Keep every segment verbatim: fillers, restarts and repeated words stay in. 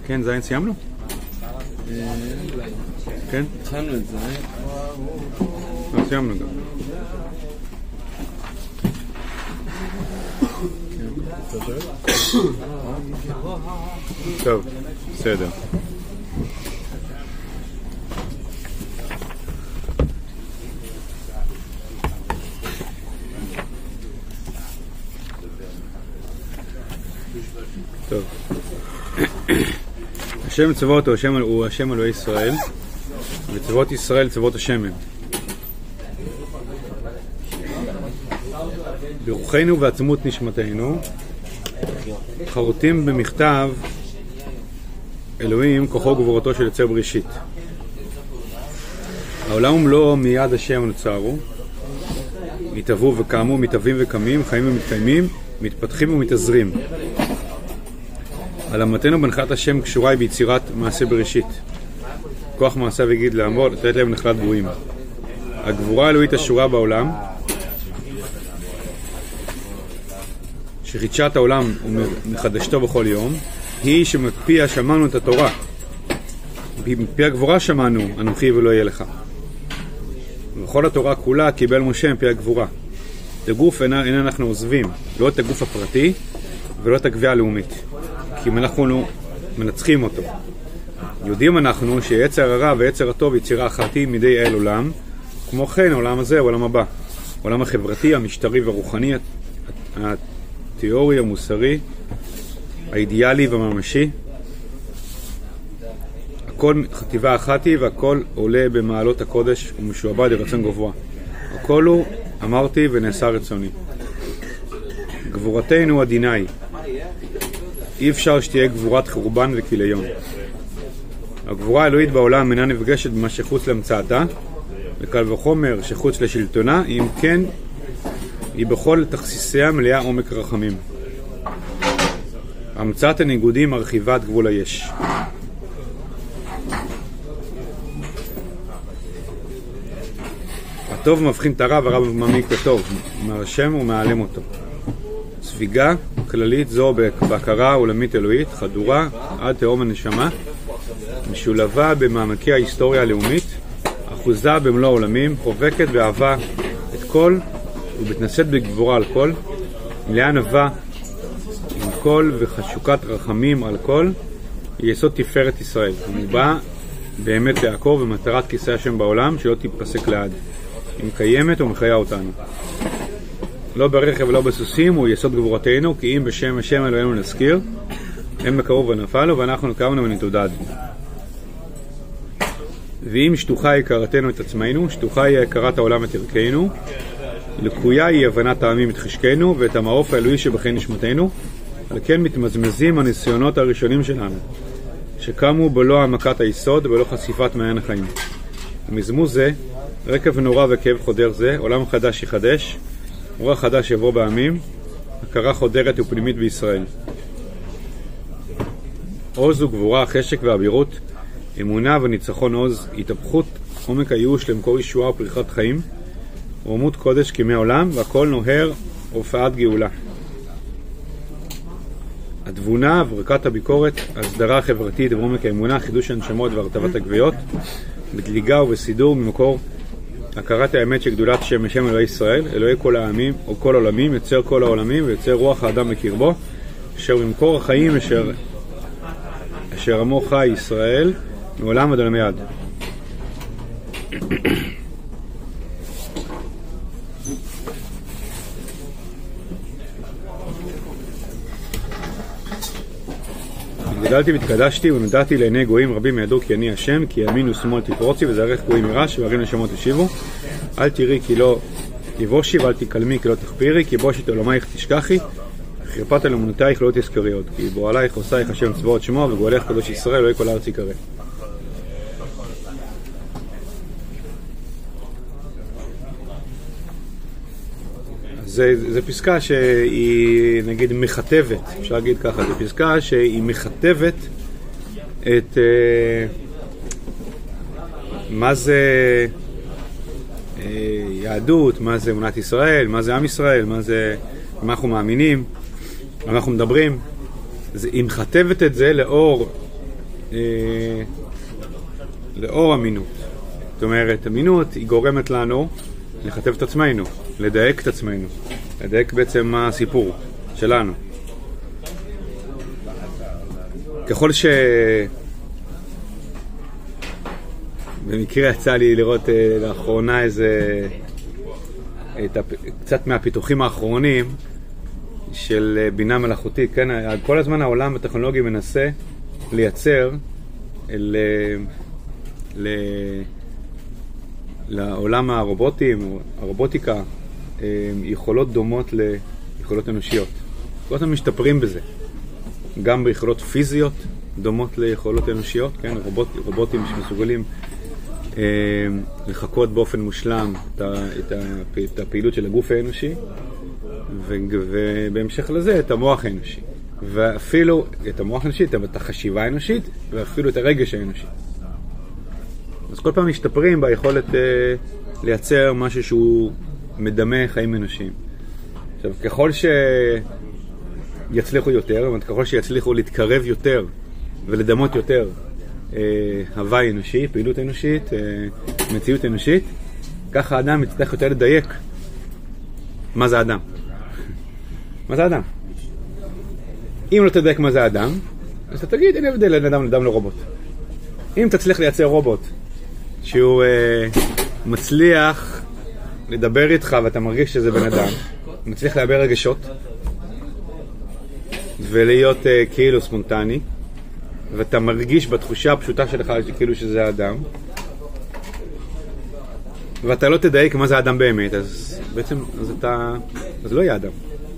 כן, זין סיימנו? כן? התחלנו את זין. לא, סיימנו גם. טוב, בסדר. טוב. השם צבאות הוא השם, הוא השם אלוהי ישראל, וצבאות ישראל צבאות השם. ברוחנו ועצמות נשמתנו חרוטים במכתב אלוהים כוחו גבורתו של יוצר בראשית. העולם ומלואו מיד השם נוצרו, מתהוו וקמו, מתהווים וקמים, חיים ומתקיימים, מתפתחים ומתעזרים. עלמתנו בהנחת השם קשורה היא ביצירת מעשה בראשית. כוח מעשה וגיד לעמוד, לתת להם נחלת גבוהים. הגבורה האלוהית השורה בעולם, שחידשה את העולם ומחדשתו בכל יום, היא שמפיה שמענו את התורה. מפי הגבורה שמענו, אנוכי ולא יהיה לך. וכל התורה כולה קיבל משה מפי הגבורה. את הגוף אין, אין אנחנו עוזבים, לא את הגוף הפרטי ולא את הגבייה הלאומית. כי אם אנחנו מנצחים אותו. יודעים אנחנו שיצר הרע ויצר הטוב יצירה אחת היא מידי אל עולם, כמו כן העולם הזה, העולם הבא. העולם החברתי, המשטרי והרוחני, התיאורי, המוסרי, האידיאלי והממשי. הכל חטיבה אחת היא והכל עולה במעלות הקודש ומשועבד לרצון גבוה. הכל הוא, אמרתי ונעשה רצוני. גבורתנו עדיני. אי אפשר שתהיה גבורת חורבן וכיליון. הגבורה האלוהית בעולם אינה נפגשת במה שחוץ להמצאתה, וקל וחומר שחוץ לשלטונה, אם כן היא בכל תכסיסיה מלאה עומק רחמים. המצאת הניגודים מרחיבה את גבול היש. הטוב מבחין את הרע והרע מעמיק את הטוב, מהשם ומעלם אותו. ספיגה כללית זו בהכרה עולמית אלוהית, חדורה עד תהום הנשמה, משולבה במעמקי ההיסטוריה הלאומית, אחוזה במלוא העולמים, חובקת באהבה את כל ובתנשאת בגבורה על כל, מלאה ענווה עם כל וחשוקת רחמים על כל, היא יסוד תפארת ישראל. הוא בא באמת לעקוב במטרת כיסא השם בעולם שלא תיפסק לעד. היא מקיימת ומחיה אותנו. לא ברכב ולא בסוסים, הוא יסוד גבורתנו, כי אם בשם השם אלוהינו נזכיר, הם בקרוב ונפלו, ואנחנו קמנו ונתעודד. ואם שטוחה היא הכרתנו את עצמנו, שטוחה היא הכרת העולם את ערכנו, לקויה היא הבנת העמים את חשקנו, ואת המעוף האלוהי שבחי נשמתנו, על כן מתמזמזים הניסיונות הראשונים שלנו, שקמו בלא העמקת היסוד, בלא חשיפת מעיין החיים. ומזמוז זה, רקב נורא וכאב חודר זה, עולם חדש יחדש, רוח חדש יבוא בעמים, הכרה חודרת ופנימית בישראל. עוז וגבורה, חשק ואבירות, אמונה וניצחון עוז, התהפכות, עומק הייאוש למקור ישועה ופריחת חיים, רומות קודש כימי עולם, והכל נוהר הופעת גאולה. התבונה, ברכת הביקורת, הסדרה החברתית ועומק האמונה, חידוש הנשמות והרטבת הגוויות, בדליגה ובסידור ממקור הכרת האמת שגדולת שם השם אלוהי ישראל, אלוהי כל העמים או כל העולמים, יוצר כל העולמים ויוצר רוח האדם בקרבו, אשר במקור החיים אשר, אשר עמו חי ישראל מעולם עד עולמי עד. גדלתי והתקדשתי ונודעתי לעיני גויים רבים ידעו כי אני השם, כי ימין ושמאל תפרוצי וזרח גויים ירש וערים נשמות תשיבו. אל תראי כי לא תבושי ואל תקלמי כי לא תחפירי, כי בושת עולמייך תשכחי, חרפת על אמונותייך לא תזכרי עוד, כי בועלייך עושייך השם צבאות שמו וגואלך קדוש ישראל אלוהי כל הארץ יקרא. זה, זה פסקה שהיא נגיד מכתבת, אפשר להגיד ככה, זה פסקה שהיא מכתבת את uh, מה זה uh, יהדות, מה זה אמונת ישראל, מה זה עם ישראל, מה זה, מה אנחנו מאמינים, מה אנחנו מדברים. זה, היא מכתבת את זה לאור אה, לאור אמינות. זאת אומרת, אמינות היא גורמת לנו לכתב את עצמנו, לדייק את עצמנו, לדייק בעצם מה הסיפור שלנו. ככל ש... במקרה יצא לי לראות אה, לאחרונה איזה... את הפ... קצת מהפיתוחים האחרונים של אה, בינה מלאכותית, כן? כל הזמן העולם הטכנולוגי מנסה לייצר ל... ל... לעולם הרובוטים, הרובוטיקה, יכולות דומות ליכולות אנושיות. כל הזמן משתפרים בזה. גם ביכולות פיזיות דומות ליכולות אנושיות, כן? רובוט, רובוטים שמסוגלים אה, לחכות באופן מושלם את, ה, את, ה, את הפעילות של הגוף האנושי, ו, ובהמשך לזה את המוח האנושי. ואפילו את המוח האנושי, את החשיבה האנושית, ואפילו את הרגש האנושי. אז כל פעם משתפרים ביכולת אה, לייצר משהו שהוא מדמה חיים אנושיים. עכשיו, ככל שיצליחו יותר, ככל שיצליחו להתקרב יותר ולדמות יותר אה, הוואי אנושי, פעילות אנושית, אה, מציאות אנושית, ככה האדם יצטרך יותר לדייק מה זה אדם. מה זה אדם? אם לא תדייק מה זה אדם, אז אתה תגיד, אין הבדל בין אדם לאדם לרובוט. אם תצליח לייצר רובוט שהוא אה, מצליח לדבר איתך ואתה מרגיש שזה בן אדם, מצליח להביע רגשות ולהיות אה, כאילו ספונטני, ואתה מרגיש בתחושה הפשוטה שלך כאילו שזה אדם, ואתה לא תדייק מה זה אדם באמת, אז בעצם אז אתה אז לא יהיה אדם.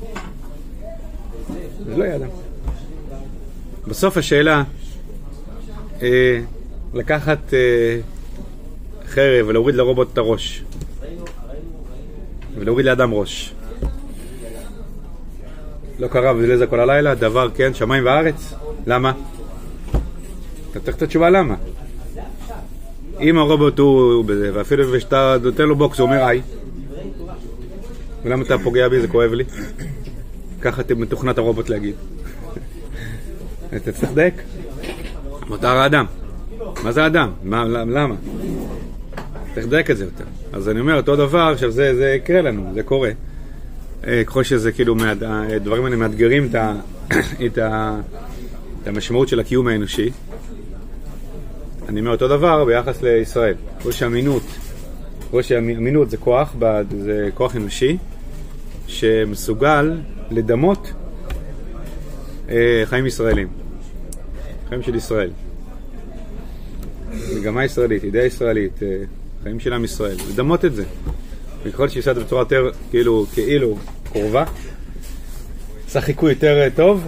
אז לא יהיה אדם. בסוף השאלה אה, לקחת אה, חרב ולהוריד לרובוט את הראש ולהוריד לאדם ראש. לא קרה ולזה כל הלילה, דבר כן, שמיים וארץ. למה? אתה צריך את התשובה למה. אם הרובוט הוא בזה, ואפילו שאתה נותן לו בוקס, הוא אומר איי. ולמה אתה פוגע בי? זה כואב לי. ככה אתם מתוכנת הרובוט להגיד. אתה צריך לדייק. מותר האדם. מה זה האדם? מה, למה? צריך לדייק את זה יותר. אז אני אומר, אותו דבר, עכשיו זה, זה יקרה לנו, זה קורה. ככל שזה כאילו, הדברים האלה מאתגרים את, ה, את, ה, את המשמעות של הקיום האנושי. אני אומר אותו דבר ביחס לישראל. ככל שהאמינות, ככל שהאמינות זה כוח, זה כוח אנושי, שמסוגל לדמות חיים ישראלים. חיים של ישראל. מגמה ישראלית, אידאה ישראלית, חיים של עם ישראל. לדמות את זה. וככל שיעשה את זה בצורה יותר, כאילו, כאילו, קרובה, עשה חיקוי יותר טוב,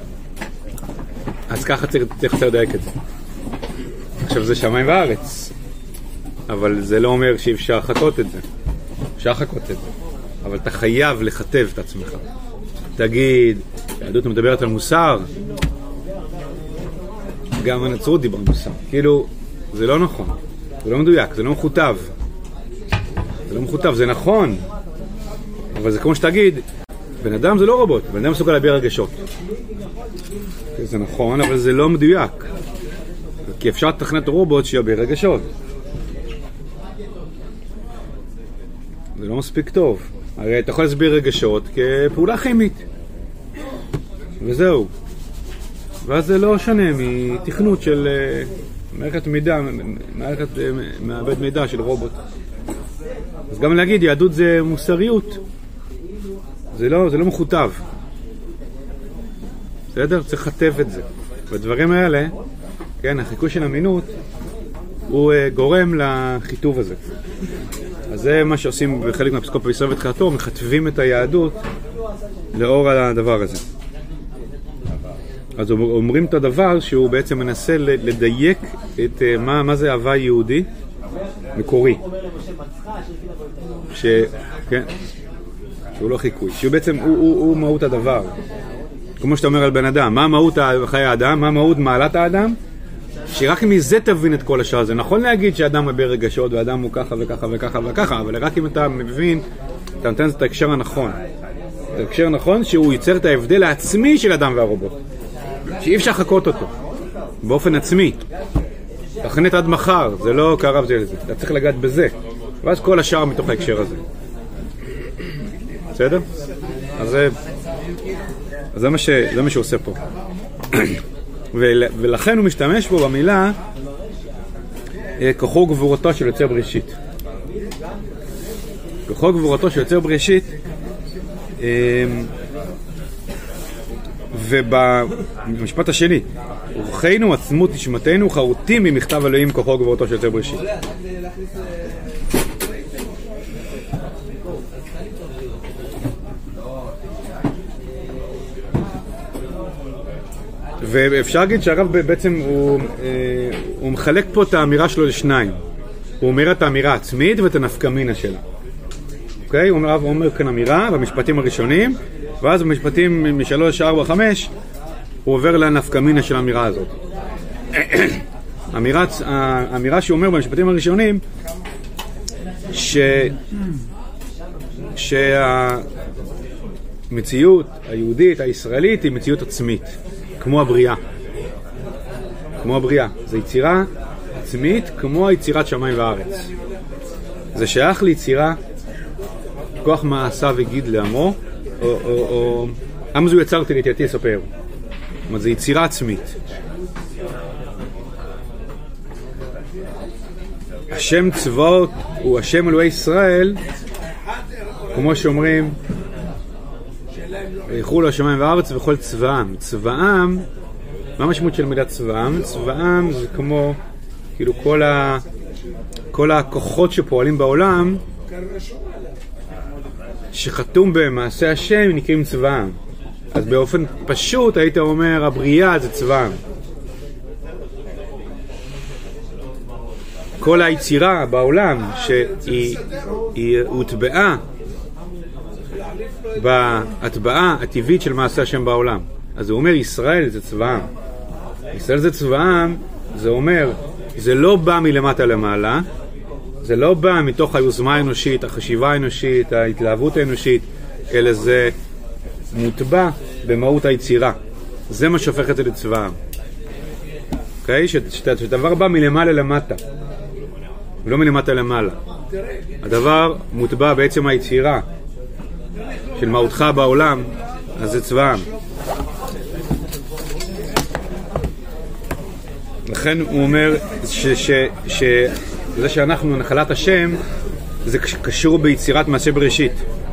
אז ככה צריך, צריך יותר לדייק את זה. עכשיו זה שמיים וארץ, אבל זה לא אומר שאי אפשר לחכות את זה. אפשר לחכות את זה. אבל אתה חייב לכתב את עצמך. תגיד, היהדות מדברת על מוסר, גם הנצרות דיבר על מוסר. כאילו, זה לא נכון. זה לא מדויק, זה לא מכותב. זה לא מכותב, זה נכון. אבל זה כמו שתגיד, בן אדם זה לא רובוט, בן אדם מסוגל להביע רגשות. זה נכון, אבל זה לא מדויק. כי אפשר לתכנת רובוט שיביע רגשות. זה לא מספיק טוב. הרי אתה יכול להסביר רגשות כפעולה כימית. וזהו. ואז זה לא שונה מתכנות של מערכת מידע, מערכת מעבד מידע של רובוט. אז גם להגיד, יהדות זה מוסריות. זה לא, זה לא מכותב. בסדר? צריך לכתב את זה. בדברים האלה, כן, החיקוי של אמינות, הוא גורם לכיתוב הזה. אז זה מה שעושים בחלק מהפסקות בישראל ותחילתו, מכתבים את היהדות לאור הדבר הזה. אז אומרים את הדבר שהוא בעצם מנסה לדייק את מה, מה זה הוואי יהודי מקורי. ש... כן, שהוא לא חיקוי. שהוא בעצם, הוא, הוא, הוא מהות הדבר. כמו שאתה אומר על בן אדם, מה מהות חיי האדם, מה מהות מעלת האדם, שרק מזה תבין את כל השאר. זה נכון להגיד שאדם מביע רגשות ואדם הוא ככה וככה וככה וככה, אבל רק אם אתה מבין, אתה נותן את ההקשר הנכון. את ההקשר הנכון שהוא ייצר את ההבדל העצמי של אדם והרובוט. שאי אפשר לחכות אותו. באופן עצמי. תכנת עד מחר, זה לא קרב זה לזה. אתה צריך לגעת בזה. ואז כל השאר מתוך ההקשר הזה. בסדר? אז זה, אז זה מה ש, זה מה שעושה פה. ולכן הוא משתמש פה במילה כוחו גבורתו של יוצר בראשית. כוחו גבורתו של יוצר בראשית, ובמשפט השני, רוחנו, עצמות נשמתנו, חרוטים ממכתב אלוהים כוחו גבורתו של יוצר בראשית. ואפשר להגיד שהרב בעצם הוא, הוא מחלק פה את האמירה שלו לשניים. הוא אומר את האמירה העצמית ואת הנפקמינה שלה. אוקיי? הוא אומר, הוא אומר כאן אמירה במשפטים הראשונים, ואז במשפטים משלוש, ארבע, חמש, הוא עובר לנפקמינה של האמירה הזאת. האמירה, האמירה שהוא אומר במשפטים הראשונים, ש... שהמציאות היהודית, הישראלית, היא מציאות עצמית. כמו הבריאה. כמו הבריאה. זו יצירה עצמית כמו היצירת שמיים וארץ. זה שייך ליצירה כוח מעשה וגיד לעמו, או, או, או עם זו יצרתי לתייתי אספר. זאת אומרת, זו יצירה עצמית. השם צבאות הוא השם אלוהי ישראל, כמו שאומרים, ויחולו השמיים והארץ וכל צבאם. צבאם, מה המשמעות של מידת צבאם? צבאם זה כמו, כאילו כל, ה, כל הכוחות שפועלים בעולם, שחתום במעשה השם, נקראים צבאם. אז באופן פשוט היית אומר, הבריאה זה צבאם. כל היצירה בעולם שהיא הוטבעה בהטבעה הטבעית של מעשה השם בעולם. אז הוא אומר, ישראל זה צבאם. ישראל זה צבאם, זה אומר, זה לא בא מלמטה למעלה, זה לא בא מתוך היוזמה האנושית, החשיבה האנושית, ההתלהבות האנושית, אלא זה מוטבע במהות היצירה. זה מה שהופך את זה לצבאם. אוקיי? שדבר בא מלמעלה למטה, ולא מלמטה למעלה. הדבר מוטבע בעצם היצירה של מהותך בעולם, אז זה צבאם. לכן הוא אומר שזה שאנחנו נחלת השם, זה קשור ביצירת מעשה בראשית.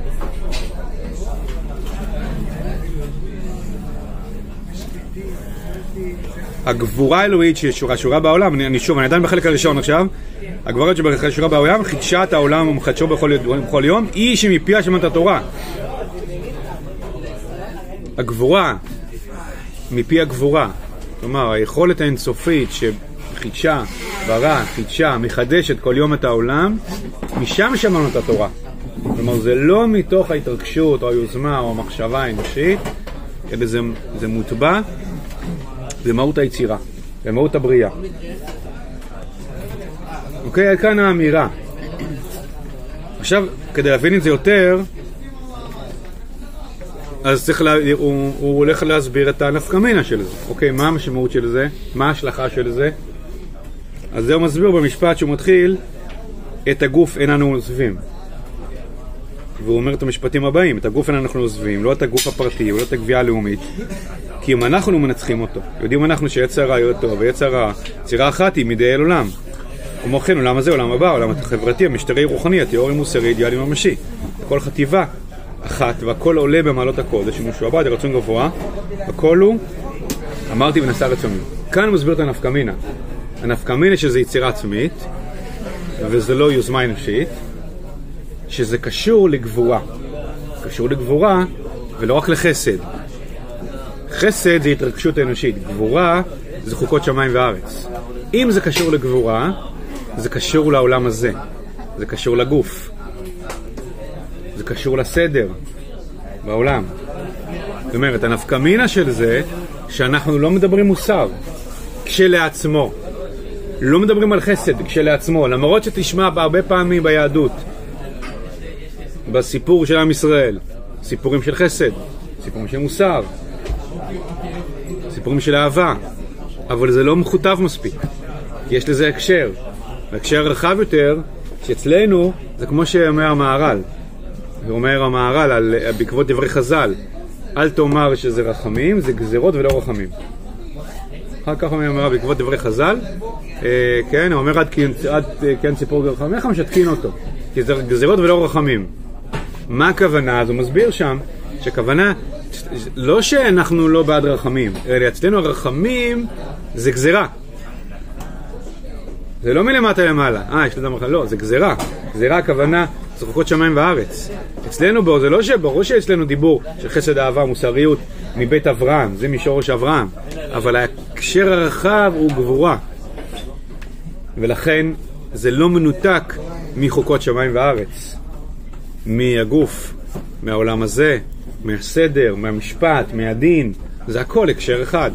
הגבורה האלוהית ששורה בעולם, אני, אני שוב, אני עדיין בחלק הראשון עכשיו, הגבורה ששורה בעולם חידשה את העולם ומחדשו בכל, בכל יום, היא שמפיה שמעת התורה. הגבורה, מפי הגבורה, כלומר, היכולת האינסופית שחידשה, ברא, חידשה, מחדשת כל יום את העולם, משם שמענו את התורה. כלומר, זה לא מתוך ההתרגשות או היוזמה או המחשבה האנושית, אלא זה, זה מוטבע במהות היצירה, במהות הבריאה. אוקיי, כאן האמירה. עכשיו, כדי להבין את זה יותר, אז צריך לה, הוא, הוא הולך להסביר את הנפקמינה של זה. אוקיי, מה המשמעות של זה? מה ההשלכה של זה? אז זה הוא מסביר במשפט שהוא מתחיל, את הגוף איננו עוזבים. והוא אומר את המשפטים הבאים, את הגוף איננו אנחנו עוזבים, לא את הגוף הפרטי, לא את הגבייה הלאומית. כי אם אנחנו מנצחים אותו, יודעים אנחנו שיצר רע יהיה טוב, ויצר רע, צירה אחת היא מדי אל עולם. כמו כן, עולם הזה, עולם הבא, עולם החברתי, המשטרי רוחני, התיאורי מוסרי, אידיאלי ממשי. כל חטיבה אחת, והכל עולה במעלות הקודש, שמשועבד לרצון גבוה, הכל הוא, אמרתי ונשא רצוני. כאן הוא מסביר את הנפקמינה. הנפקמינה שזה יצירה עצמית, וזה לא יוזמה אנושית, שזה קשור לגבורה. קשור לגבורה, ולא רק לחסד. חסד זה התרגשות האנושית, גבורה זה חוקות שמיים וארץ. אם זה קשור לגבורה, זה קשור לעולם הזה. זה קשור לגוף. זה קשור לסדר בעולם. זאת אומרת, הנפקמינה של זה, שאנחנו לא מדברים מוסר כשלעצמו. לא מדברים על חסד כשלעצמו. למרות שתשמע הרבה פעמים ביהדות, בסיפור של עם ישראל, סיפורים של חסד, סיפורים של מוסר, סיפורים של אהבה. אבל זה לא מכותב מספיק. יש לזה הקשר. הקשר רחב יותר, שאצלנו זה כמו שאומר המהר"ל. הוא אומר המהר"ל על, בעקבות דברי חז"ל, אל תאמר שזה רחמים, זה גזירות ולא רחמים. אחר כך הוא אומר בעקבות דברי חז"ל, אה, כן, הוא אומר עד, עד כן ציפור רחמיך משתקין אותו, כי זה גזירות ולא רחמים. מה הכוונה? אז הוא מסביר שם שכוונה לא שאנחנו לא בעד רחמים, אלא אצלנו הרחמים זה גזירה. זה לא מלמטה למעלה. אה, יש לדם רחם. לא, זה גזירה. גזירה הכוונה צחוקות שמיים וארץ. אצלנו בו, זה לא שברור שאצלנו דיבור של חסד אהבה, מוסריות מבית אברהם, זה משורש אברהם. אבל ההקשר הרחב הוא גבורה. ולכן זה לא מנותק מחוקות שמיים וארץ. מהגוף, מהעולם הזה, מהסדר, מהמשפט, מהדין. זה הכל הקשר אחד.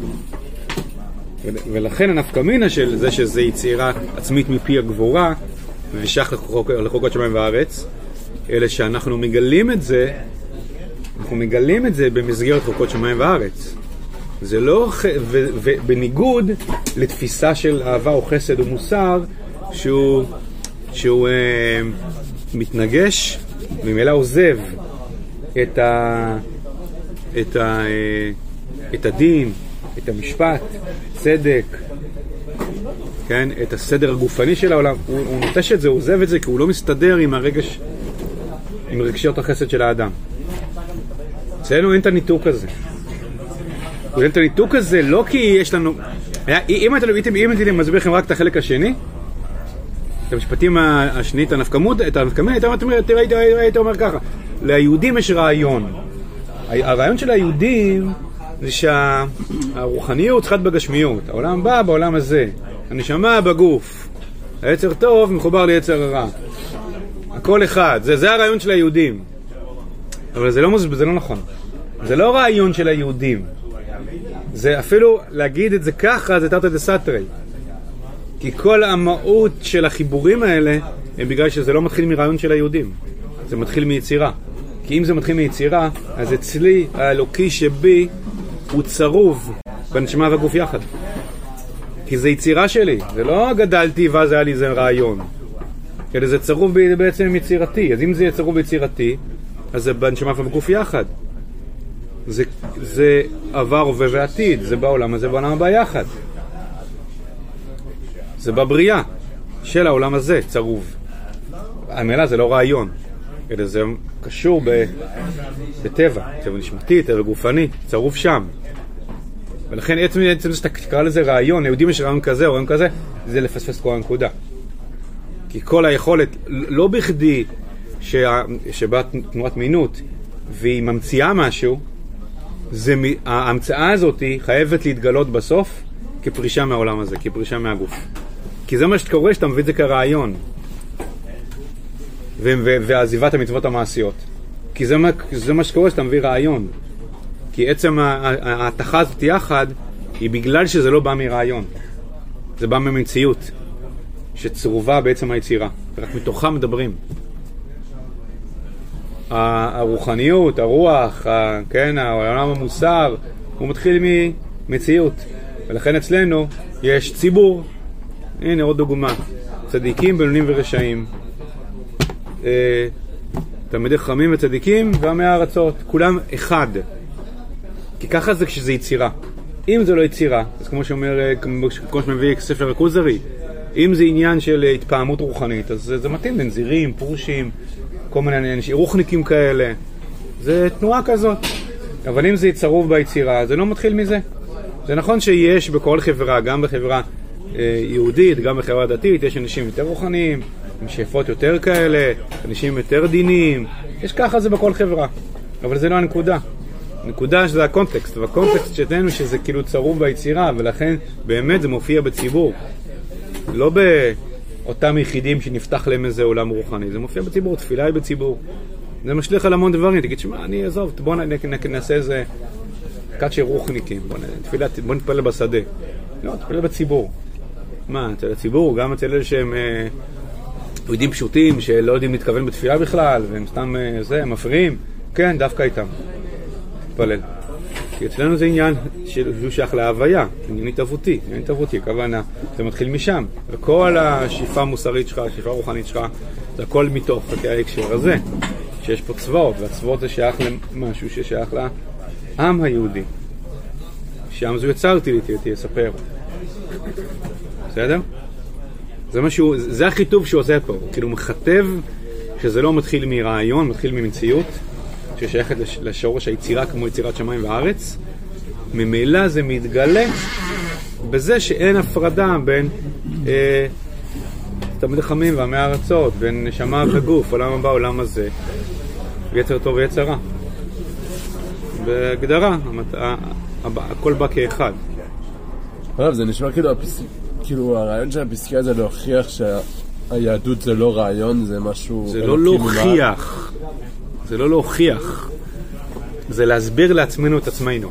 ולכן הנפקמינה של זה שזה יצירה עצמית מפי הגבורה ושייך לחוק, לחוקות שמיים וארץ, אלא שאנחנו מגלים את זה, אנחנו מגלים את זה במסגרת חוקות שמיים וארץ. זה לא, ו, ובניגוד לתפיסה של אהבה או חסד או מוסר, שהוא, שהוא אה, מתנגש, ממילא עוזב את, ה, את, ה, אה, את הדין, את המשפט, צדק, כן, את הסדר הגופני של העולם. הוא, הוא נוטש את זה, הוא עוזב את זה, כי הוא לא מסתדר עם הרגש, עם רגשיות החסד של האדם. אצלנו אין את הניתוק הזה. אין את הניתוק הזה לא כי יש לנו... אם אתם אם אתם מסביר לכם רק את החלק השני, את המשפטים השני, את הנפקמות, את הנפקמות, היית אומר ככה, ליהודים יש רעיון. הרעיון של היהודים זה שהרוחניות צריכה בגשמיות. העולם בא בעולם הזה. הנשמה בגוף. היצר טוב מחובר ליצר הרע. הכל אחד. זה, זה הרעיון של היהודים. אבל זה לא, זה לא נכון. זה לא רעיון של היהודים. זה אפילו להגיד את זה ככה, זה תרתי דסתרי. כי כל המהות של החיבורים האלה הם בגלל שזה לא מתחיל מרעיון של היהודים. זה מתחיל מיצירה. כי אם זה מתחיל מיצירה, אז אצלי האלוקי שבי הוא צרוב בנשמה והגוף יחד. כי זה יצירה שלי. זה לא גדלתי ואז היה לי איזה רעיון. כי זה צרוב בעצם יצירתי. אז אם זה יהיה צרוב ביצירתי, אז זה בנשמה והגוף יחד. זה, זה עבר, הווה ועתיד. זה בעולם הזה, בעולם הבא יחד. זה בבריאה של העולם הזה, צרוב. המילה זה לא רעיון. אלא זה קשור ב, בטבע, טבע נשמתי, טבע גופני, צרוף שם. ולכן עצם, עצם זה שאתה קרא לזה רעיון, ליהודים יש רעיון כזה או רעיון כזה, זה לפספס כל הנקודה. כי כל היכולת, לא בכדי שה, שבאה תנועת מינות והיא ממציאה משהו, זה, ההמצאה הזאת חייבת להתגלות בסוף כפרישה מהעולם הזה, כפרישה מהגוף. כי זה מה שקורה שאתה מביא את זה כרעיון. ועזיבת המצוות המעשיות. כי זה מה, זה מה שקורה שאתה מביא רעיון. כי עצם ההתחה הזאת יחד היא בגלל שזה לא בא מרעיון. זה בא ממציאות שצרובה בעצם היצירה. רק מתוכה מדברים. הרוחניות, הרוח, כן, העולם המוסר, הוא מתחיל ממציאות. ולכן אצלנו יש ציבור. הנה עוד דוגמה. צדיקים, בינונים ורשעים. תלמידי חכמים וצדיקים ועמי הארצות, כולם אחד. כי ככה זה כשזה יצירה. אם זה לא יצירה, אז כמו שאומר, כמו שמביא ספר הכוזרי, אם זה עניין של התפעמות רוחנית, אז זה, זה מתאים לנזירים, פורשים, כל מיני אנשים, רוחניקים כאלה. זה תנועה כזאת. אבל אם זה יצרוב ביצירה, זה לא מתחיל מזה. זה נכון שיש בכל חברה, גם בחברה יהודית, גם בחברה דתית, יש אנשים יותר רוחניים, עם שאיפות יותר כאלה, אנשים יותר דינים, יש ככה זה בכל חברה. אבל זה לא הנקודה. הנקודה שזה הקונטקסט, והקונטקסט שלנו שזה כאילו צרוב ביצירה, ולכן באמת זה מופיע בציבור. לא באותם יחידים שנפתח להם איזה עולם רוחני, זה מופיע בציבור, תפילה היא בציבור. זה משליך על המון דברים, תגיד שמה, אני אעזוב, בוא נעשה איזה קאצ'ה רוחניקים, בוא, תפילה, בוא נתפלל בשדה. לא, תפלל בציבור. מה, אצל הציבור, גם אצל אלה שהם אה, יהודים פשוטים, שלא יודעים להתכוון בתפילה בכלל, והם סתם אה, זה, הם מפריעים, כן, דווקא איתם. תפלל. כי אצלנו זה עניין שהוא שייך להוויה, עניין התאבותי, עניין התאבותי, כוונה, זה מתחיל משם. וכל השאיפה המוסרית שלך, השאיפה הרוחנית שלך, זה הכל מתוך ההקשר הזה, שיש פה צבאות, והצבאות זה שייך למשהו ששייך לעם היהודי. שם זו יצרתי לי, תהיה ספר. בסדר? זה משהו, זה החיתוב שהוא עושה פה, הוא כאילו מכתב שזה לא מתחיל מרעיון, מתחיל ממציאות, ששייכת לשורש היצירה כמו יצירת שמיים וארץ. ממילא זה מתגלה בזה שאין הפרדה בין אה, תלמידי חכמים ועמי הארצות, בין נשמה וגוף, עולם הבא, עולם הזה, יצר טוב ויצר רע. בהגדרה, הכל בא כאחד. אבל זה נשמע כאילו, כאילו הרעיון של הפסקה זה להוכיח שהיהדות זה לא רעיון, זה משהו... זה לא להוכיח. זה לא להוכיח. זה להסביר לעצמנו את עצמנו.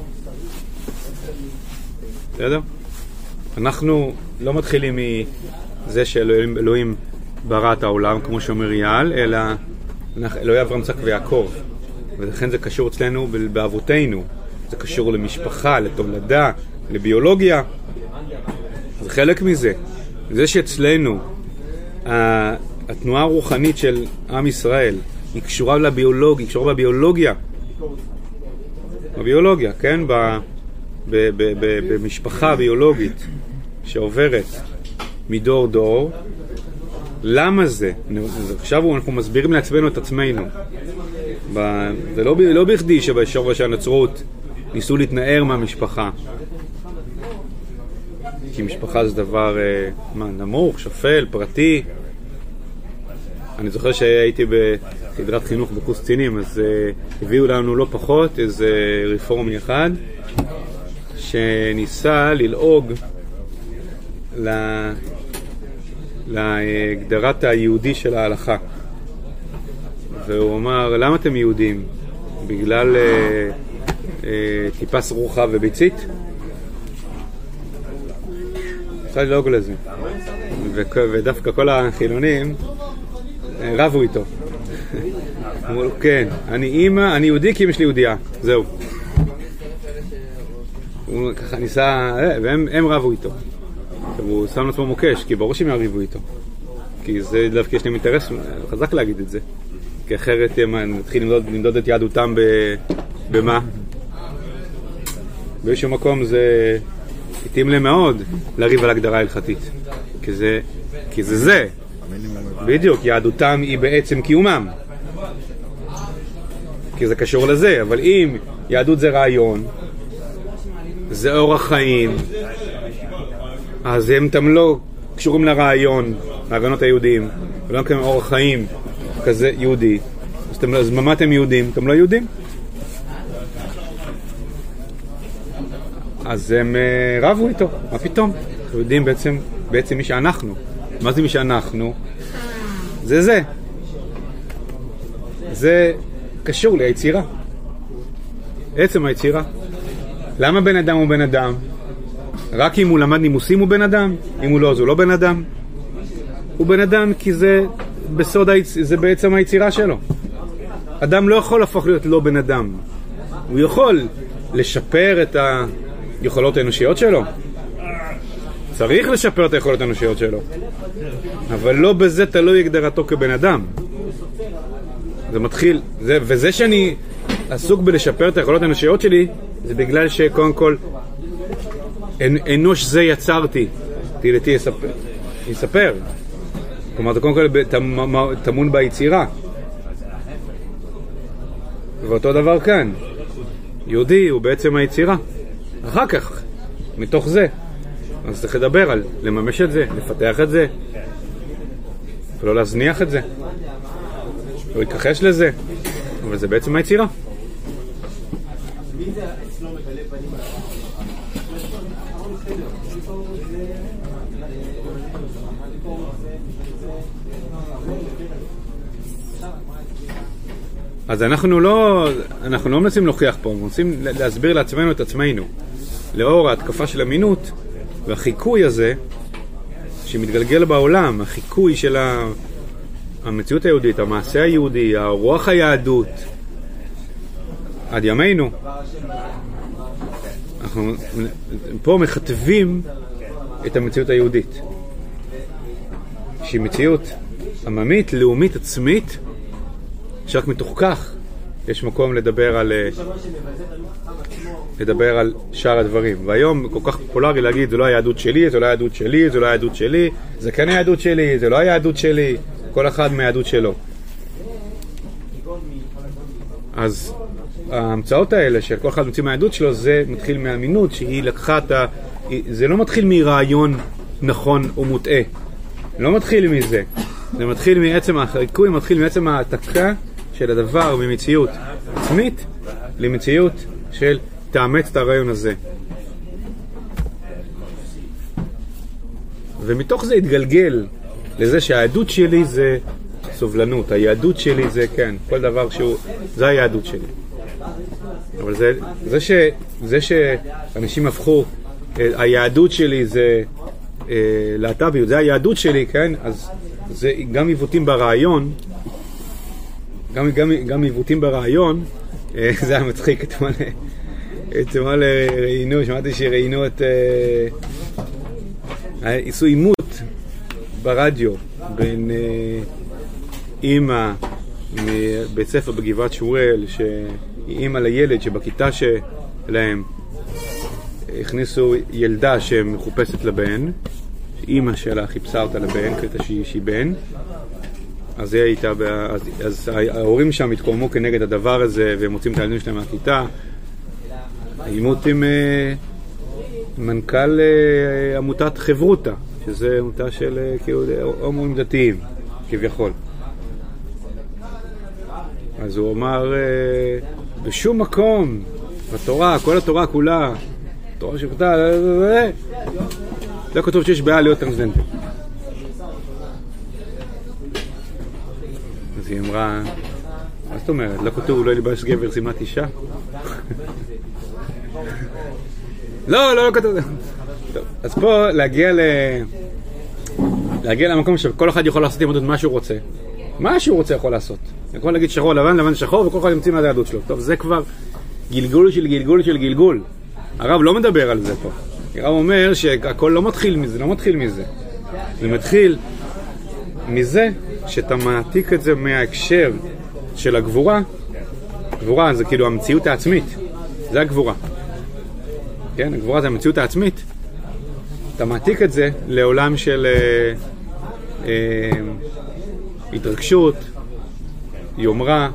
בסדר? אנחנו לא מתחילים מזה שאלוהים אלוהים ברא את העולם, כמו שאומר יעל, אלא אלוהי אברהם יצחק ויעקב. ולכן זה קשור אצלנו באבותינו. זה קשור למשפחה, לתולדה, לביולוגיה. זה חלק מזה. זה שאצלנו התנועה הרוחנית של עם ישראל היא קשורה לביולוגיה, היא קשורה בביולוגיה. בביולוגיה, כן? ב, ב, ב, ב, במשפחה ביולוגית שעוברת מדור דור. למה זה? עכשיו אנחנו מסבירים לעצמנו את עצמנו. ב, זה לא, לא בכדי שבשורש הנצרות ניסו להתנער מהמשפחה. כי משפחה זה דבר מה, נמוך, שפל, פרטי. אני זוכר שהייתי בסדרת חינוך בקורס קצינים, אז uh, הביאו לנו לא פחות איזה רפורמי אחד שניסה ללעוג ל... להגדרת היהודי של ההלכה. והוא אמר, למה אתם יהודים? בגלל uh, uh, טיפה סרוחה וביצית? אפשר ללעוג לזה. ו- ודווקא כל החילונים רבו איתו. אמרו, כן, אני אימא, אני יהודי כי אמא שלי יהודייה. זהו. הוא ככה ניסה, והם הם רבו איתו. הוא שם לעצמו מוקש, כי ברור שהם יריבו איתו. כי זה דווקא יש להם אינטרס חזק להגיד את זה. כי אחרת נתחיל למדוד, למדוד את יהדותם ב, במה? באיזשהו מקום זה התאים להם מאוד לריב על הגדרה הלכתית. כי זה, כי זה זה. בדיוק, יהדותם היא בעצם קיומם. כי זה קשור לזה, אבל אם יהדות זה רעיון, זה אורח חיים, אז הם אתם לא קשורים לרעיון, לרעיונות היהודיים, ולא כאן אורח חיים כזה יהודי, אז, אתם, אז מה אתם יהודים? אתם לא יהודים? אז הם uh, רבו איתו, מה פתאום? אנחנו יודעים בעצם, בעצם מי שאנחנו. מה זה מי שאנחנו? זה זה. זה קשור ליצירה. עצם היצירה. למה בן אדם הוא בן אדם? רק אם הוא למד נימוסים הוא בן אדם? אם הוא לא, אז הוא לא בן אדם? הוא בן אדם כי זה בסוד, זה בעצם היצירה שלו. אדם לא יכול להפוך להיות לא בן אדם. הוא יכול לשפר את היכולות האנושיות שלו. צריך לשפר את היכולות האנושיות שלו. אבל לא בזה תלוי הגדרתו כבן אדם. זה מתחיל, זה, וזה שאני עסוק בלשפר את היכולות האנושיות שלי, זה בגלל שקודם כל אנ, אנוש זה יצרתי. תהילתי יספר. יספר. כלומר, זה קודם כל תמון ביצירה. ואותו דבר כאן. יהודי הוא בעצם היצירה. אחר כך, מתוך זה. אז צריך לדבר על לממש את זה, לפתח את זה, ולא להזניח את זה, לא להתכחש לזה, אבל זה בעצם היצירה. אז אנחנו לא, אנחנו לא מנסים להוכיח פה, אנחנו מנסים להסביר לעצמנו את עצמנו, לאור ההתקפה של המינות, והחיקוי הזה שמתגלגל בעולם, החיקוי של המציאות היהודית, המעשה היהודי, הרוח היהדות, עד ימינו. אנחנו פה מכתבים את המציאות היהודית, שהיא מציאות עממית, לאומית, עצמית, שרק מתוך כך יש מקום לדבר על לדבר על שאר הדברים. והיום כל כך פופולרי להגיד זה לא היהדות שלי, זה לא היהדות שלי, זה לא היהדות שלי, זה כן היהדות שלי, זה לא היהדות שלי, כל אחד מהיהדות שלו. אז ההמצאות האלה של כל אחד מוציא מהיהדות שלו, זה מתחיל מהאמינות שהיא לקחה את ה... זה לא מתחיל מרעיון נכון או מוטעה, לא מתחיל מזה, זה מתחיל מעצם החיקוי, מתחיל מעצם העתקה של הדבר ממציאות עצמית למציאות של תאמץ את הרעיון הזה. ומתוך זה התגלגל לזה שהיהדות שלי זה סובלנות, היהדות שלי זה כן, כל דבר שהוא, זה היהדות שלי. אבל זה, זה, ש, זה שאנשים הפכו, היהדות שלי זה אה, להט"ביות, זה היהדות שלי, כן? אז זה גם עיוותים ברעיון, גם, גם, גם עיוותים ברעיון, אה, זה היה מצחיק אתמול, אתמול ראינו, שמעתי שראינו את, אה, עשו עימות ברדיו בין אה, אימא מבית ספר בגבעת שמואל, שהיא אימא לילד שבכיתה שלהם הכניסו ילדה שמחופשת לבן, אימא שלה חיפשה אותה לבן, קטע שהיא, שהיא בן, אז היא הייתה, אז, אז ההורים שם התקוממו כנגד הדבר הזה, והם מוצאים את הילדים שלהם מהכיתה. העימות עם אה, מנכ"ל אה, עמותת חברותה, שזה עמותה של אה, כאילו הומואים דתיים, כביכול. אז הוא אמר, אה, בשום מקום, בתורה, כל התורה כולה, התורה שכתה, זה כתוב שיש בעיה להיות טרנסג'נדר. אז היא אמרה, מה זאת אומרת? לא כתוב אולי לבש גבר שימת אישה? לא, לא, לא כתוב. טוב, אז פה להגיע ל... להגיע למקום שכל אחד יכול לעשות עם עוד מה שהוא רוצה. מה שהוא רוצה יכול לעשות. יכול להגיד שחור לבן, לבן שחור, וכל אחד ימציא מה זה היהדות שלו. טוב, זה כבר גלגול של גלגול של גלגול. הרב לא מדבר על זה פה. הרב אומר שהכל לא מתחיל מזה, לא מתחיל מזה. זה מתחיל מזה שאתה מעתיק את זה מההקשר של הגבורה. גבורה זה כאילו המציאות העצמית. זה הגבורה. כן, הגבורה זה המציאות העצמית. אתה מעתיק את זה לעולם של אה, אה, התרגשות, יומרה,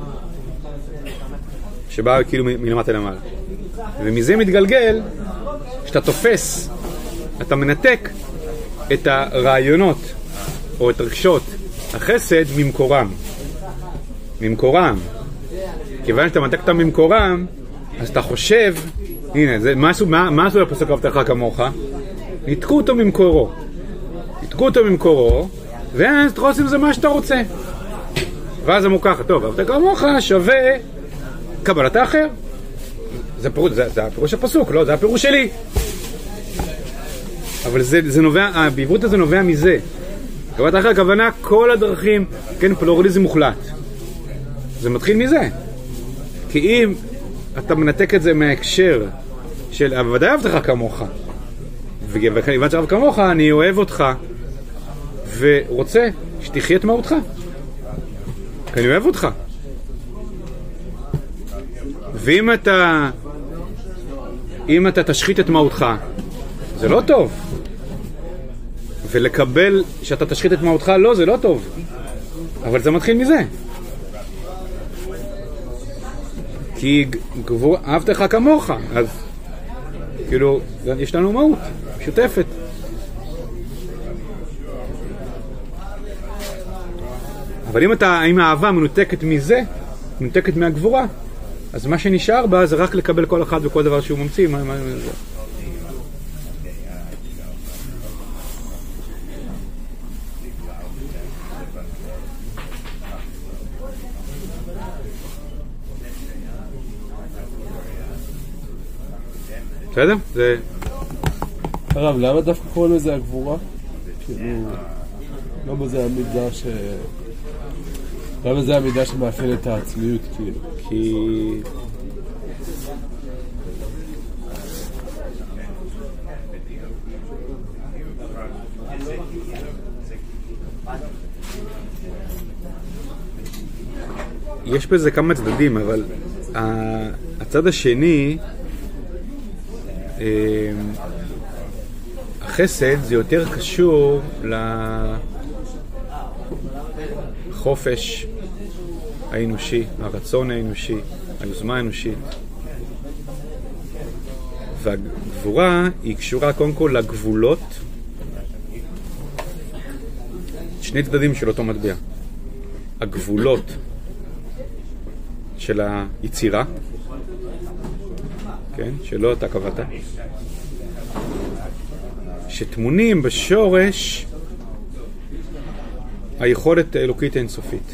שבאה כאילו מלמטה למעלה. ומזה מתגלגל שאתה תופס, אתה מנתק את הרעיונות או את רגשות החסד ממקורם. ממקורם. כיוון שאתה מנתק אותם ממקורם, אז אתה חושב, הנה, זה, מה, מה, מה עשו לפסוק אהבתך כמוך? ניתקו אותו ממקורו. ניתקו אותו ממקורו, ואז אתה עושה עם זה מה שאתה רוצה. ואז אמרו ככה, טוב, אהבת כמוך שווה קבלת האחר. זה, פירוש, זה, זה הפירוש הפסוק, לא, זה הפירוש שלי. אבל זה, זה נובע, בעברית הזה נובע מזה. קבלת האחר, הכוונה כל הדרכים, כן, פלורליזם מוחלט. זה מתחיל מזה. כי אם אתה מנתק את זה מההקשר של, אבל ודאי אהבתך כמוך. וכיוון שאהב כמוך, אני אוהב אותך ורוצה שתחיה את מהותך. כי אני אוהב אותך. ואם אתה אם אתה תשחית את מהותך, זה לא טוב. ולקבל שאתה תשחית את מהותך, לא, זה לא טוב. אבל זה מתחיל מזה. כי גבור, אהבתך כמוך, אז כאילו, יש לנו מהות משותפת. אבל אם אתה, אם האהבה מנותקת מזה, מנותקת מהגבורה, אז מה שנשאר בה זה רק לקבל כל אחד וכל דבר שהוא ממציא. מה, מה, זה. בסדר? זה... הרב, למה דווקא קוראים לזה הגבורה? כאילו, למה זה המידה ש... למה זה המידה שמאפיין את העצמיות, כאילו? כי... יש בזה כמה צדדים, אבל הצד השני, החסד זה יותר קשור לחופש האנושי, הרצון האנושי, היוזמה האנושית. והגבורה היא קשורה קודם כל לגבולות, שני צדדים של אותו מטבע. הגבולות של היצירה, כן, שלא אתה קבעת, שתמונים בשורש היכולת האלוקית האינסופית.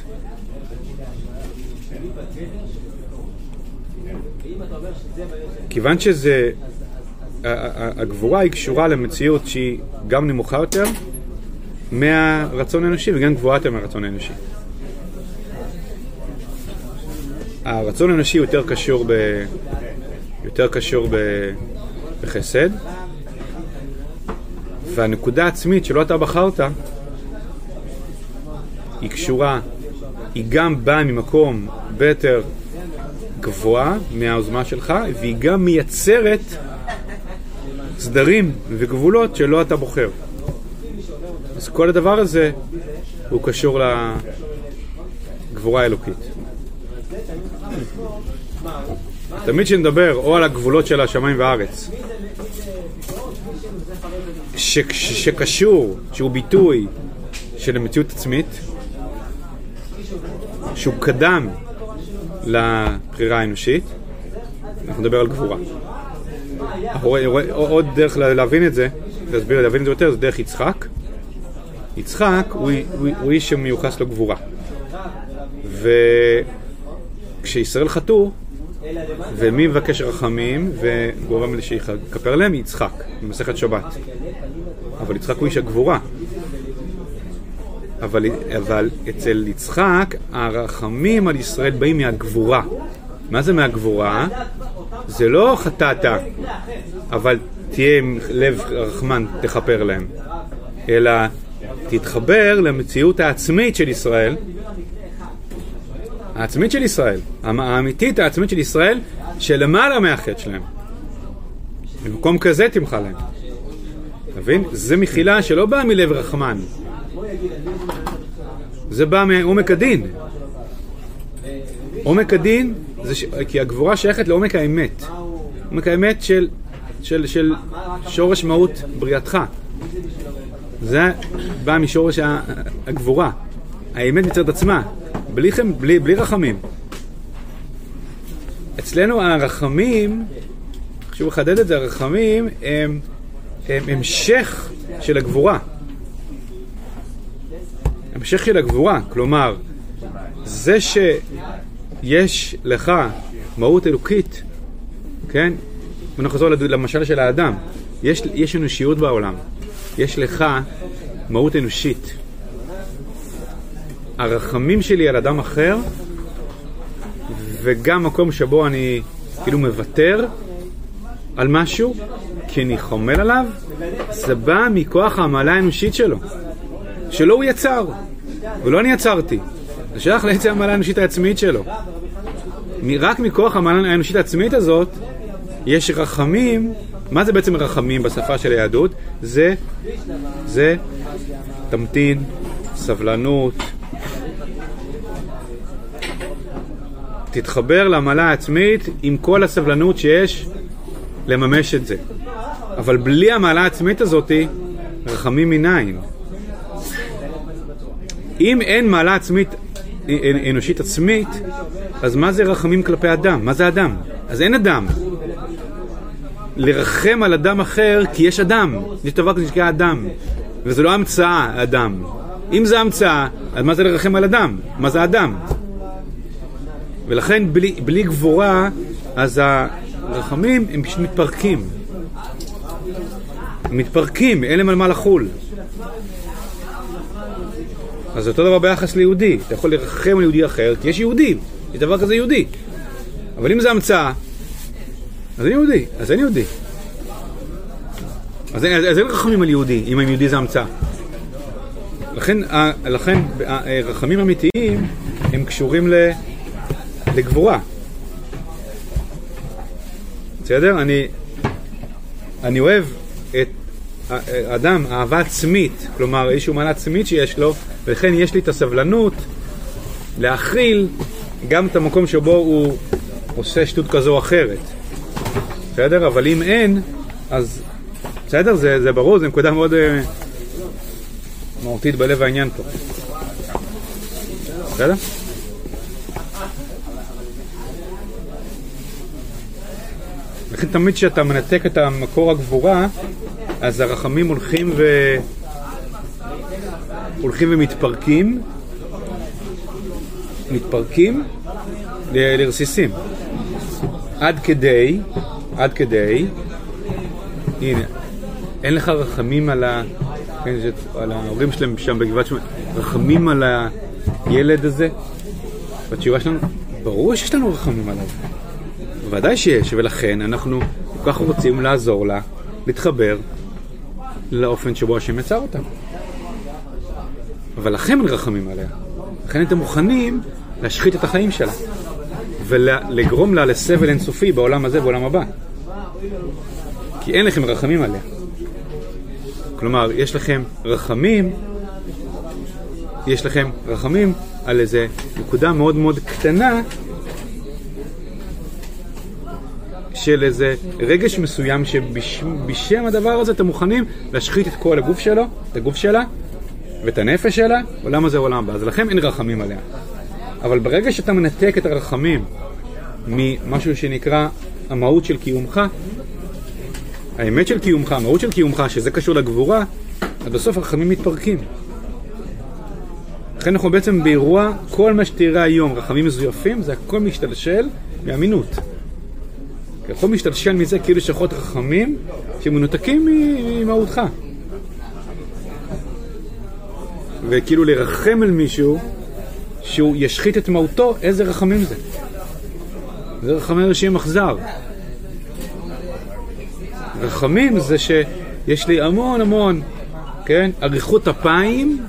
כיוון שזה, הגבורה היא קשורה למציאות שהיא גם נמוכה יותר מהרצון האנושי וגם גבוהה יותר מהרצון האנושי. הרצון האנושי יותר קשור ב יותר קשור ב בחסד, והנקודה העצמית שלא אתה בחרת היא קשורה, היא גם באה ממקום ביותר גבוה מהעוזמה שלך, והיא גם מייצרת סדרים וגבולות שלא אתה בוחר. אז כל הדבר הזה הוא קשור לגבורה האלוקית. תמיד שנדבר או על הגבולות של השמיים והארץ, ש- ש- שקשור, שהוא ביטוי של המציאות עצמית, שהוא קדם לבחירה האנושית, אנחנו נדבר על גבורה. עוד דרך להבין את זה, להסביר, להבין את זה יותר, זה דרך יצחק. יצחק הוא, הוא, הוא איש שמיוחס לו גבורה. וכשישראל חטאו, ומי מבקש רחמים וגורם לי שיכפר להם? יצחק, במסכת שבת. אבל יצחק הוא איש הגבורה. אבל, אבל אצל יצחק הרחמים על ישראל באים מהגבורה. מה זה מהגבורה? זה לא חטאת, אבל תהיה עם לב רחמן, תכפר להם. אלא תתחבר למציאות העצמית של ישראל, העצמית של ישראל, האמיתית העצמית של ישראל, שלמעלה מהחטא שלהם. במקום כזה תמחה להם. תבין? זה מחילה שלא באה מלב רחמן. זה בא מעומק הדין. עומק הדין, זה ש... כי הגבורה שייכת לעומק האמת. עומק האמת של, של, של שורש מהות בריאתך. זה בא משורש הגבורה. האמת מצד עצמה. בלי, בלי, בלי רחמים. אצלנו הרחמים, חשוב לחדד את זה, הרחמים הם, הם המשך של הגבורה. המשך של הגבורה, כלומר, זה שיש לך מהות אלוקית, כן? ונחזור למשל של האדם, יש, יש אנושיות בעולם, יש לך מהות אנושית. הרחמים שלי על אדם אחר, וגם מקום שבו אני כאילו מוותר על משהו, כי אני חומל עליו, זה בא מכוח העמלה האנושית שלו. שלא הוא יצר, ולא אני יצרתי. זה שייך לעצם העמלה האנושית העצמית שלו. רק מכוח העמלה האנושית העצמית הזאת, יש רחמים. מה זה בעצם רחמים בשפה של היהדות? זה, זה תמתין, סבלנות. תתחבר לעמלה העצמית עם כל הסבלנות שיש לממש את זה. אבל בלי העמלה העצמית הזאת, רחמים מנין. אם אין מעלה עצמית, אנושית עצמית, אז מה זה רחמים כלפי אדם? מה זה אדם? אז אין אדם. לרחם על אדם אחר, כי יש אדם. יש דבר כזה שנקרא אדם. וזה לא המצאה, אדם. אם זה המצאה, אז מה זה לרחם על אדם? מה זה אדם? ולכן בלי, בלי גבורה, אז הרחמים הם פשוט מתפרקים. הם מתפרקים, אין להם על מה לחול. אז זה אותו דבר ביחס ליהודי. אתה יכול לרחם על יהודי אחר, כי יש יהודי. יש דבר כזה יהודי. אבל אם זה המצאה, אז אין יהודי. אז אין יהודי. אז אין רחמים על יהודי, אם הם יהודי זה המצאה. לכן, לכן רחמים אמיתיים הם קשורים לגבורה. בסדר? אני, אני אוהב את האדם, אהבה עצמית, כלומר איזשהו מעלה עצמית שיש לו, ולכן יש לי את הסבלנות להכיל גם את המקום שבו הוא עושה שטות כזו או אחרת. בסדר? אבל אם אין, אז בסדר, זה, זה ברור, זה נקודה מאוד uh, מהותית בלב העניין פה. בסדר? לכן תמיד כשאתה מנתק את המקור הגבורה, אז הרחמים הולכים ו... הולכים ומתפרקים, מתפרקים ל... לרסיסים. עד כדי, עד כדי, הנה, אין לך רחמים על ה... על ההורים שלהם שם בגבעת שמואל, רחמים על הילד הזה? בתשובה שלנו, ברור שיש לנו רחמים עליו. ודאי שיש, ולכן אנחנו כל כך רוצים לעזור לה, להתחבר לאופן שבו השם יצר אותה. אבל לכם אין רחמים עליה. לכן אתם מוכנים להשחית את החיים שלה, ולגרום לה לסבל אינסופי בעולם הזה ובעולם הבא. כי אין לכם רחמים עליה. כלומר, יש לכם רחמים, יש לכם רחמים על איזה נקודה מאוד מאוד קטנה, של איזה רגש מסוים שבשם הדבר הזה אתם מוכנים להשחית את כל הגוף שלו, את הגוף שלה ואת הנפש שלה, עולם הזה עולם הבא. אז לכם אין רחמים עליה. אבל ברגע שאתה מנתק את הרחמים ממשהו שנקרא המהות של קיומך, האמת של קיומך, המהות של קיומך, שזה קשור לגבורה, אז בסוף הרחמים מתפרקים. לכן אנחנו בעצם באירוע, כל מה שתראה היום, רחמים מזויפים, זה הכל משתלשל מאמינות. הכל משתלשל מזה כאילו שחות רחמים שמנותקים ממהותך. וכאילו לרחם על מישהו שהוא ישחית את מהותו, איזה רחמים זה? זה רחמים שיהיה מחזר. רחמים זה שיש לי המון המון, כן? אריכות אפיים,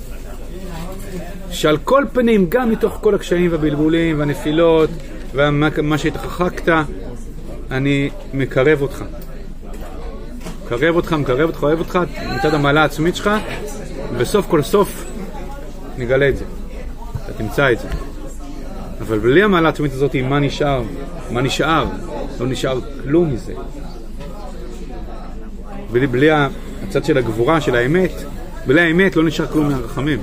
שעל כל פנים, גם מתוך כל הקשיים והבלבולים והנפילות ומה שהתרחקת, אני מקרב אותך. מקרב אותך, מקרב אותך, אוהב אותך, מצד המעלה העצמית שלך, בסוף כל סוף נגלה את זה. אתה תמצא את זה. אבל בלי המעלה העצמית הזאת, מה נשאר? מה נשאר? לא נשאר כלום מזה. בלי, בלי הצד של הגבורה, של האמת, בלי האמת לא נשאר כלום מהרחמים.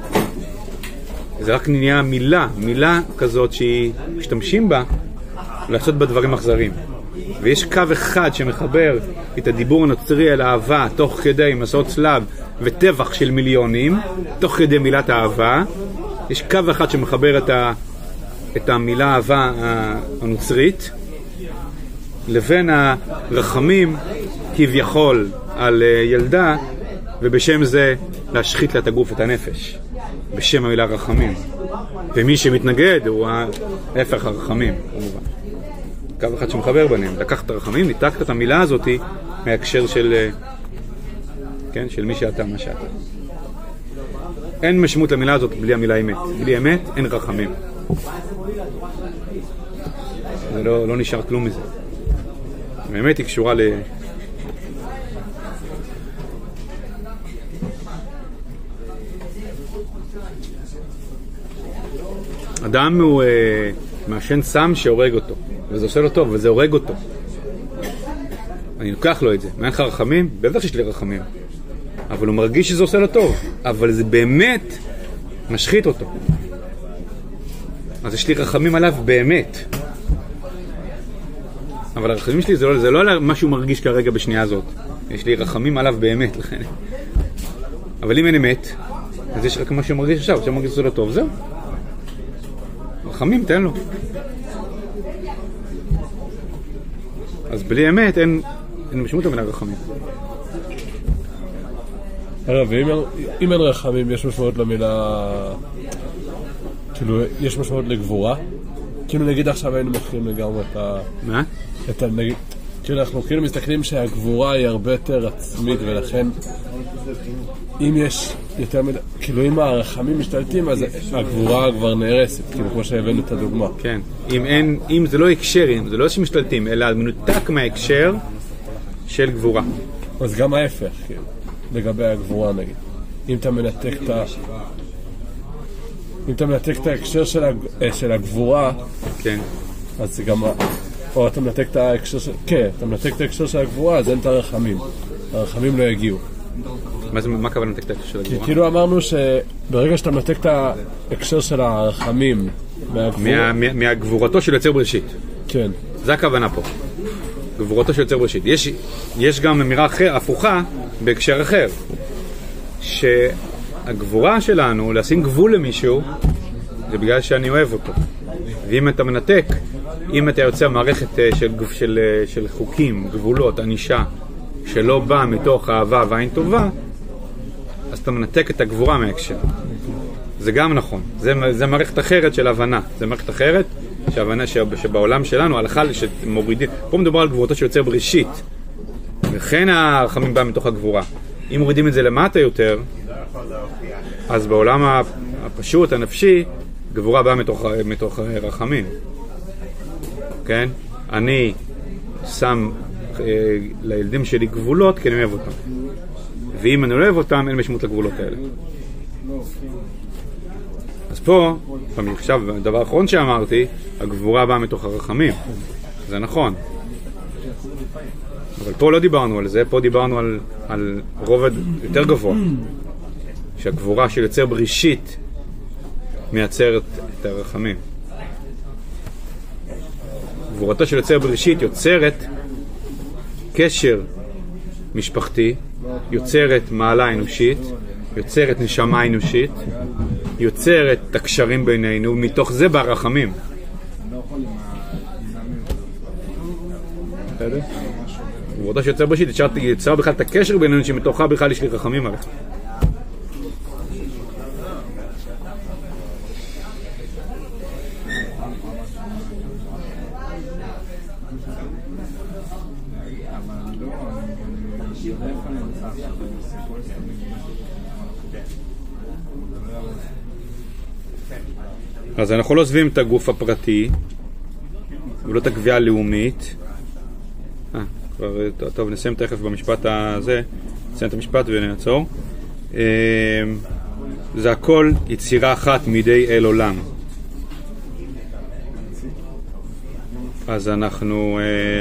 זה רק נהיה מילה, מילה כזאת שהיא משתמשים בה לעשות בה דברים אכזריים. ויש קו אחד שמחבר את הדיבור הנוצרי על אהבה תוך כדי מסעות צלב וטבח של מיליונים, תוך כדי מילת אהבה. יש קו אחד שמחבר את, ה, את המילה אהבה הנוצרית לבין הרחמים כביכול על ילדה, ובשם זה להשחית לה את הגוף, את הנפש, בשם המילה רחמים. ומי שמתנגד הוא ההפך הרחמים, כמובן. קו אחד שמחבר ביניהם. לקחת את הרחמים, ניתקת את המילה הזאת מההקשר של, כן, של מי שאתה, מה שאתה. אין משמעות למילה הזאת בלי המילה אמת. בלי אמת אין רחמים. זה לא, לא נשאר כלום מזה. האמת היא קשורה ל... אדם הוא אה, מעשן סם שהורג אותו, וזה עושה לו טוב, וזה הורג אותו. אני לוקח לו את זה. מה אין לך רחמים? בטח שיש לי רחמים. אבל הוא מרגיש שזה עושה לו טוב. אבל זה באמת משחית אותו. אז יש לי רחמים עליו באמת. אבל הרחמים שלי זה לא, זה לא מה שהוא מרגיש כרגע בשנייה הזאת. יש לי רחמים עליו באמת. לכן. אבל אם אין אמת, אז יש רק מה שהוא מרגיש עכשיו. שהוא מרגיש שזה לא טוב, זהו. רחמים, תן לו. אז בלי אמת אין, אין משמעות המילה רחמים. הרב, אם, אם אין רחמים, יש משמעות למילה... כאילו, יש משמעות לגבורה? כאילו נגיד עכשיו היינו מתחילים לגמרי את ה... מה? את ה... נגיד... כאילו אנחנו כאילו מסתכלים שהגבורה היא הרבה יותר עצמית, ולכן אם יש יותר מדי, כאילו אם הרחמים משתלטים, אז הגבורה כבר נהרסת, כאילו כמו שהבאנו את הדוגמה. כן, אם אין, אם זה לא הקשר, אם זה לא שמשתלטים, אלא מנותק מההקשר של גבורה. אז גם ההפך, כאילו, לגבי הגבורה נגיד. אם אתה מנתק את ה... אם אתה מנתק את ההקשר של, הג... של הגבורה, כן. אז זה גם... או אתה מנתק את ההקשר של... כן, אתה מנתק את ההקשר של הגבורה, אז אין את הרחמים. הרחמים לא יגיעו. מה זה, מה כוונה מנתק את ההקשר של הגבורה? כי כאילו אמרנו שברגע שאתה מנתק את ההקשר של הרחמים מהגבורה... מה, מה, מהגבורתו של יוצר בראשית. כן. זה הכוונה פה. גבורתו של יוצר בראשית. יש, יש גם אמירה אחר, הפוכה, בהקשר אחר. שהגבורה שלנו, לשים גבול למישהו, זה בגלל שאני אוהב אותו. ואם אתה מנתק, אם אתה יוצר מערכת של, של, של חוקים, גבולות, ענישה, שלא בא מתוך אהבה ועין טובה, אז אתה מנתק את הגבורה מההקשר. זה גם נכון. זה, זה מערכת אחרת של הבנה. זה מערכת אחרת שהבנה שבעולם שלנו, הלכה שמורידים. פה מדובר על גבורתו שיוצר בראשית. וכן הרחמים בא מתוך הגבורה. אם מורידים את זה למטה יותר, אז בעולם הפשוט, הנפשי, גבורה באה מתוך, מתוך רחמים. כן? אני שם אה, לילדים שלי גבולות כי אני אוהב אותם. ואם אני לא אוהב אותם, אין משמעות לגבולות האלה. אז פה, עכשיו, הדבר האחרון שאמרתי, הגבורה באה מתוך הרחמים. זה נכון. אבל פה לא דיברנו על זה, פה דיברנו על, על רובד יותר גבוה. שהגבורה של יוצר בראשית מייצרת את הרחמים. גבורתו של יוצר בראשית יוצרת קשר משפחתי, יוצרת מעלה אנושית, יוצרת נשמה אנושית, יוצרת את הקשרים בינינו, מתוך זה ברחמים. בסדר? גבורתו של יוצר בראשית יוצר בכלל את הקשר בינינו שמתוכה בכלל יש לי רחמים עליך. אז אנחנו לא עוזבים את הגוף הפרטי ולא את הקביעה הלאומית. אה, כבר, טוב, נסיים תכף במשפט הזה, נסיים את המשפט ונעצור. זה הכל יצירה אחת מידי אל עולם. אז אנחנו,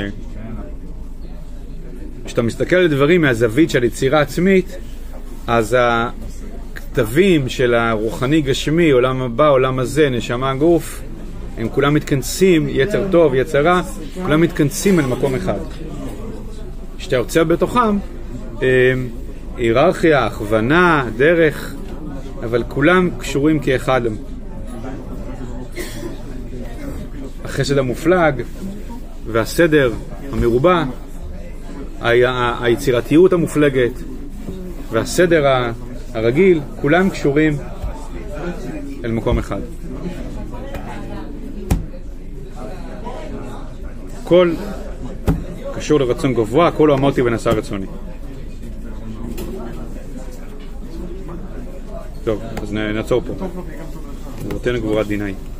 כשאתה מסתכל על דברים מהזווית של יצירה עצמית, אז הכתבים של הרוחני גשמי, עולם הבא, עולם הזה, נשמה גוף, הם כולם מתכנסים, יצר טוב, יצר רע, כולם מתכנסים אל מקום אחד. כשאתה יוצא בתוכם, היררכיה, הכוונה, דרך, אבל כולם קשורים כאחד. החסד המופלג והסדר המרובע, היצירתיות המופלגת והסדר הרגיל, כולם קשורים אל מקום אחד. כל קשור לרצון גבוה, כל הוא אמרתי ונעשה רצוני. טוב, אז נעצור פה. גבורתנו גבורת דינאי.